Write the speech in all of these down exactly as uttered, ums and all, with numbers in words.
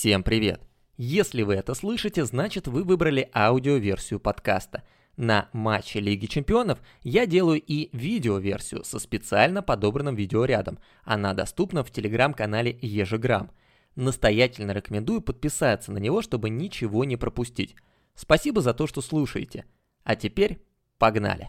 Всем привет! Если вы это слышите, значит вы выбрали аудиоверсию подкаста. На матче Лиги Чемпионов я делаю и видеоверсию со специально подобранным видеорядом. Она доступна в телеграм-канале Ежеграмм. Настоятельно рекомендую подписаться на него, чтобы ничего не пропустить. Спасибо за то, что слушаете. А теперь погнали!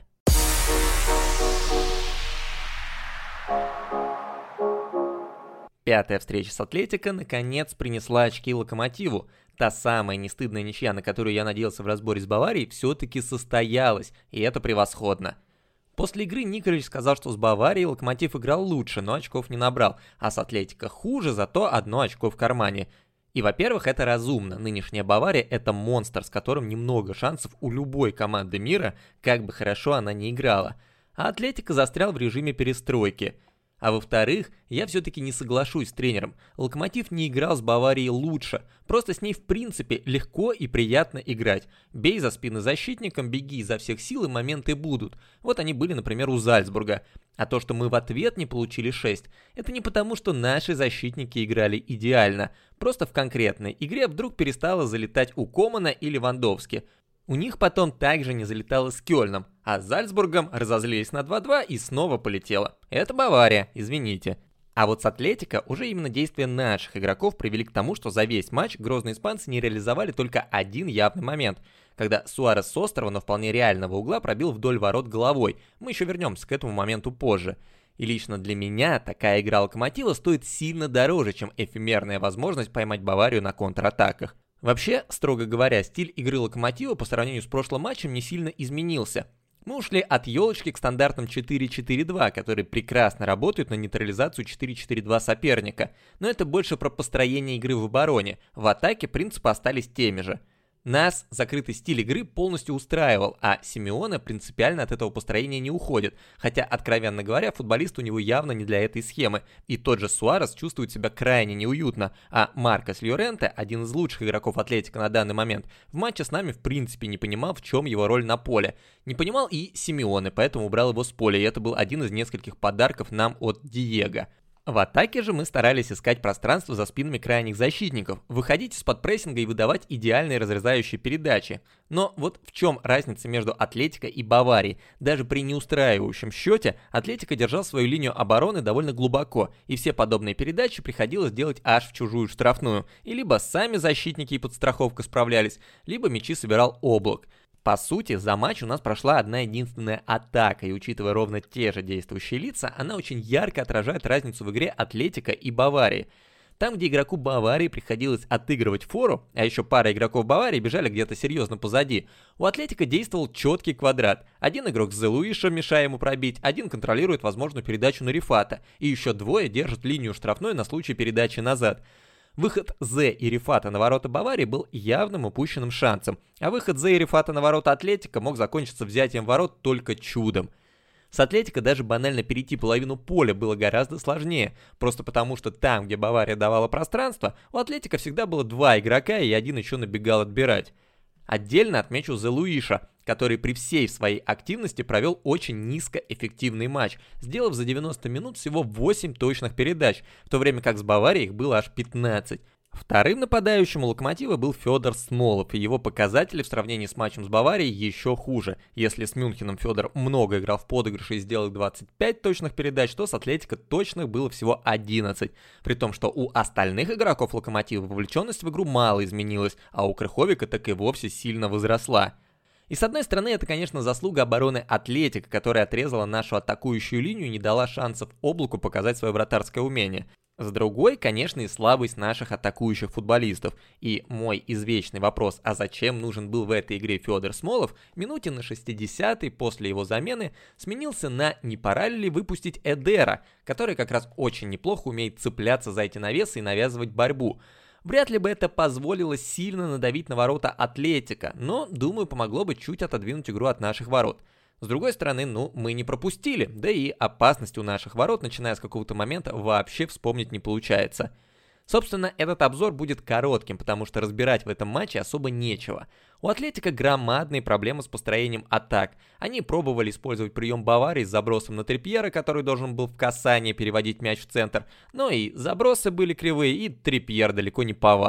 Пятая встреча с Атлетико наконец принесла очки Локомотиву. Та самая нестыдная ничья, на которую я надеялся в разборе с Баварией, все-таки состоялась, и это превосходно. После игры Николич сказал, что с Баварией Локомотив играл лучше, но очков не набрал, а с Атлетико хуже, зато одно очко в кармане. И, во-первых, это разумно. Нынешняя Бавария – это монстр, с которым немного шансов у любой команды мира, как бы хорошо она ни играла. А Атлетико застрял в режиме перестройки. А во-вторых, я все-таки не соглашусь с тренером. Локомотив не играл с Баварией лучше. Просто с ней в принципе легко и приятно играть. Бей за спины защитникам, беги изо всех сил, и моменты будут. Вот они были, например, у Зальцбурга. А то, что мы в ответ не получили шесть, это не потому, что наши защитники играли идеально. Просто в конкретной игре вдруг перестало залетать у Комана и Левандовски. У них потом также не залетало с Кёльном, а с Зальцбургом разозлились на два-два и снова полетело. Это Бавария, извините. А вот с Атлетико уже именно действия наших игроков привели к тому, что за весь матч грозные испанцы не реализовали только один явный момент, когда Суарес с острого, но вполне реального угла пробил вдоль ворот головой. Мы еще вернемся к этому моменту позже. И лично для меня такая игра Локомотива стоит сильно дороже, чем эфемерная возможность поймать Баварию на контратаках. Вообще, строго говоря, стиль игры Локомотива по сравнению с прошлым матчем не сильно изменился. Мы ушли от елочки к стандартам четыре четыре два, которые прекрасно работают на нейтрализацию четыре четыре два соперника. Но это больше про построение игры в обороне. В атаке принципы остались теми же. Нас закрытый стиль игры полностью устраивал, а Симеоне принципиально от этого построения не уходит, хотя, откровенно говоря, футболист у него явно не для этой схемы, и тот же Суарес чувствует себя крайне неуютно, а Маркос Льоренте, один из лучших игроков Атлетико на данный момент, в матче с нами в принципе не понимал, в чем его роль на поле. Не понимал и Симеоне, поэтому убрал его с поля, и это был один из нескольких подарков нам от Диего. В атаке же мы старались искать пространство за спинами крайних защитников, выходить из-под прессинга и выдавать идеальные разрезающие передачи. Но вот в чем разница между Атлетико и Баварией? Даже при неустраивающем счете Атлетико держал свою линию обороны довольно глубоко, и все подобные передачи приходилось делать аж в чужую штрафную. И либо сами защитники и подстраховка справлялись, либо мячи собирал Облак. По сути, за матч у нас прошла одна единственная атака, и учитывая ровно те же действующие лица, она очень ярко отражает разницу в игре Атлетико и Баварии. Там, где игроку Баварии приходилось отыгрывать фору, а еще пара игроков Баварии бежали где-то серьезно позади, у Атлетико действовал четкий квадрат. Один игрок с Зе Луиша, мешая ему пробить, один контролирует возможную передачу на Рифата, и еще двое держат линию штрафной на случай передачи назад. Выход Зе и Рифата на ворота Баварии был явным упущенным шансом, а выход Зе и Рифата на ворота Атлетико мог закончиться взятием ворот только чудом. С Атлетико даже банально перейти половину поля было гораздо сложнее, просто потому что там, где Бавария давала пространство, у Атлетико всегда было два игрока и один еще набегал отбирать. Отдельно отмечу Зе Луиша, который при всей своей активности провел очень низкоэффективный матч, сделав за девяносто минут всего восемь точных передач, в то время как с Баварией их было аж пятнадцать. Вторым нападающим у Локомотива был Федор Смолов, и его показатели в сравнении с матчем с Баварией еще хуже. Если с Мюнхеном Федор много играл в подыгрыше и сделал двадцать пять точных передач, то с Атлетико точных было всего одиннадцать. При том, что у остальных игроков Локомотива вовлеченность в игру мало изменилась, а у Крыховика так и вовсе сильно возросла. И с одной стороны, это, конечно, заслуга обороны Атлетико, которая отрезала нашу атакующую линию и не дала шансов Облаку показать свое вратарское умение. С другой, конечно, и слабость наших атакующих футболистов. И мой извечный вопрос, а зачем нужен был в этой игре Федор Смолов, минуте на шестидесятой после его замены сменился на не пора ли выпустить Эдера, который как раз очень неплохо умеет цепляться за эти навесы и навязывать борьбу. Вряд ли бы это позволило сильно надавить на ворота Атлетико, но, думаю, помогло бы чуть отодвинуть игру от наших ворот. С другой стороны, ну, мы не пропустили, да и опасность у наших ворот, начиная с какого-то момента, вообще вспомнить не получается. Собственно, этот обзор будет коротким, потому что разбирать в этом матче особо нечего. У Атлетико громадные проблемы с построением атак. Они пробовали использовать прием Баварии с забросом на Трипьера, который должен был в касание переводить мяч в центр, но и забросы были кривые, и Трипьер далеко не повар.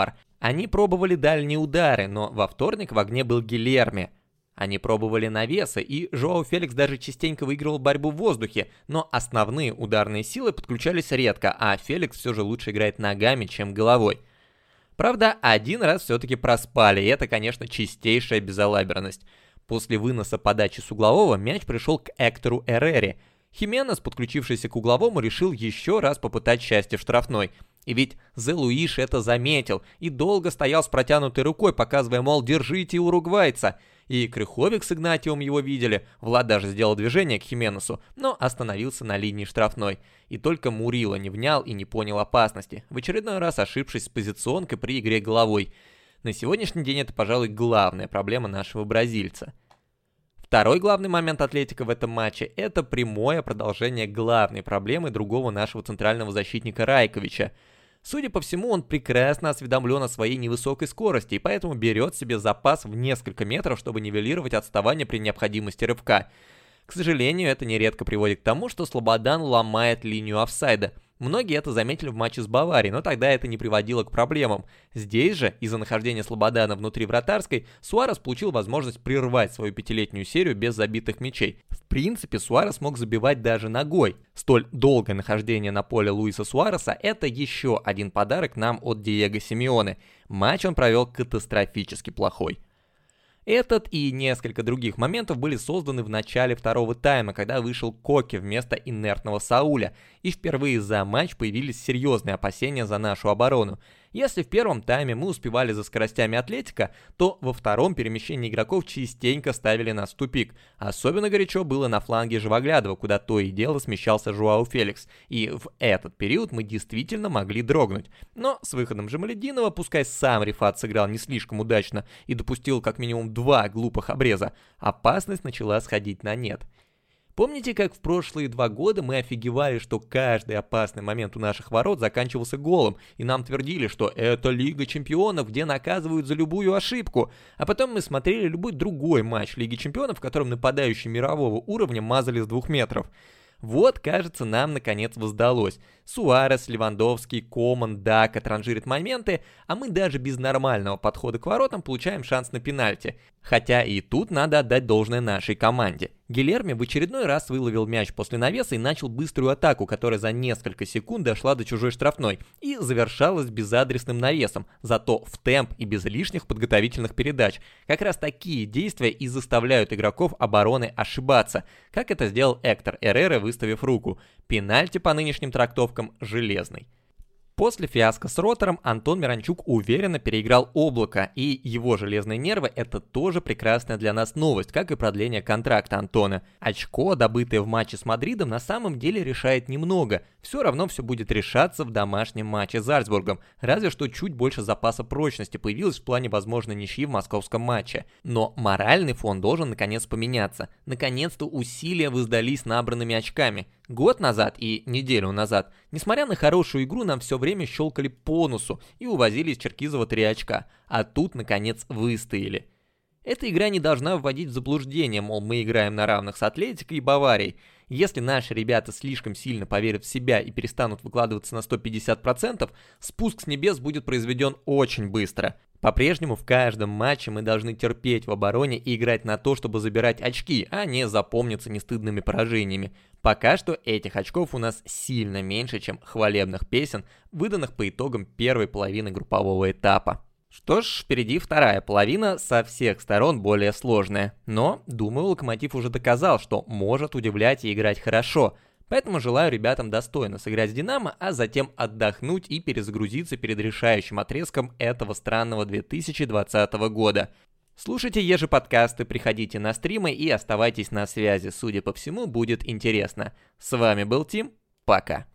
Они пробовали дальние удары, но во вторник в огне был Гильерми. Они пробовали навесы, и Жоау Феликс даже частенько выигрывал борьбу в воздухе, но основные ударные силы подключались редко, а Феликс все же лучше играет ногами, чем головой. Правда, один раз все-таки проспали, и это, конечно, чистейшая безалаберность. После выноса подачи с углового мяч пришел к Эктору Эррере. Хименес, подключившийся к угловому, решил еще раз попытать счастье в штрафной. И ведь Зе Луиш это заметил и долго стоял с протянутой рукой, показывая, мол, держите уругвайца. И Крыховик с Игнатьевым его видели, Влад даже сделал движение к Хименесу, но остановился на линии штрафной. И только Мурило не внял и не понял опасности, в очередной раз ошибшись с позиционкой при игре головой. На сегодняшний день это, пожалуй, главная проблема нашего бразильца. Второй главный момент Атлетико в этом матче – это прямое продолжение главной проблемы другого нашего центрального защитника Райковича. Судя по всему, он прекрасно осведомлен о своей невысокой скорости и поэтому берет себе запас в несколько метров, чтобы нивелировать отставание при необходимости рывка. К сожалению, это нередко приводит к тому, что Слободан ломает линию офсайда. Многие это заметили в матче с Баварией, но тогда это не приводило к проблемам. Здесь же, из-за нахождения Слободана внутри вратарской, Суарес получил возможность прервать свою пятилетнюю серию без забитых мячей. В принципе, Суарес мог забивать даже ногой. Столь долгое нахождение на поле Луиса Суареса – это еще один подарок нам от Диего Симеоне. Матч он провел катастрофически плохой. Этот и несколько других моментов были созданы в начале второго тайма, когда вышел Коке вместо инертного Сауля, и впервые за матч появились серьезные опасения за нашу оборону. Если в первом тайме мы успевали за скоростями Атлетико, то во втором перемещение игроков частенько ставили нас в тупик. Особенно горячо было на фланге Живоглядова, куда то и дело смещался Жоау Феликс, и в этот период мы действительно могли дрогнуть. Но с выходом Жамалединова, пускай сам Рифат сыграл не слишком удачно и допустил как минимум два глупых обреза, опасность начала сходить на нет. Помните, как в прошлые два года мы офигевали, что каждый опасный момент у наших ворот заканчивался голом, и нам твердили, что это Лига Чемпионов, где наказывают за любую ошибку, а потом мы смотрели любой другой матч Лиги Чемпионов, в котором нападающие мирового уровня мазали с двух метров. Вот, кажется, нам наконец воздалось. Суарес, Левандовский, Коман, Дака транжирят моменты, а мы даже без нормального подхода к воротам получаем шанс на пенальти. Хотя и тут надо отдать должное нашей команде. Гильерми в очередной раз выловил мяч после навеса и начал быструю атаку, которая за несколько секунд дошла до чужой штрафной и завершалась безадресным навесом, зато в темп и без лишних подготовительных передач. Как раз такие действия и заставляют игроков обороны ошибаться, как это сделал Эктор Эррера, выставив руку. Пенальти по нынешним трактовкам железный. После фиаско с Ротором Антон Миранчук уверенно переиграл Облака, и его железные нервы – это тоже прекрасная для нас новость, как и продление контракта Антона. Очко, добытое в матче с Мадридом, на самом деле решает немного. Все равно все будет решаться в домашнем матче с Зальцбургом, разве что чуть больше запаса прочности появилось в плане возможной ничьи в московском матче. Но моральный фон должен наконец поменяться. Наконец-то усилия воздались набранными очками. Год назад и неделю назад, несмотря на хорошую игру, нам все время щелкали по носу и увозили из Черкизова три очка, а тут, наконец, выстояли. Эта игра не должна вводить в заблуждение, мол, мы играем на равных с Атлетико и Баварией. Если наши ребята слишком сильно поверят в себя и перестанут выкладываться на сто пятьдесят процентов, спуск с небес будет произведен очень быстро. По-прежнему в каждом матче мы должны терпеть в обороне и играть на то, чтобы забирать очки, а не запомниться нестыдными поражениями. Пока что этих очков у нас сильно меньше, чем хвалебных песен, выданных по итогам первой половины группового этапа. Что ж, впереди вторая половина, со всех сторон более сложная. Но, думаю, Локомотив уже доказал, что может удивлять и играть хорошо. Поэтому желаю ребятам достойно сыграть с Динамо, а затем отдохнуть и перезагрузиться перед решающим отрезком этого странного две тысячи двадцатого года. Слушайте ежеподкасты, приходите на стримы и оставайтесь на связи. Судя по всему, будет интересно. С вами был Тим. Пока.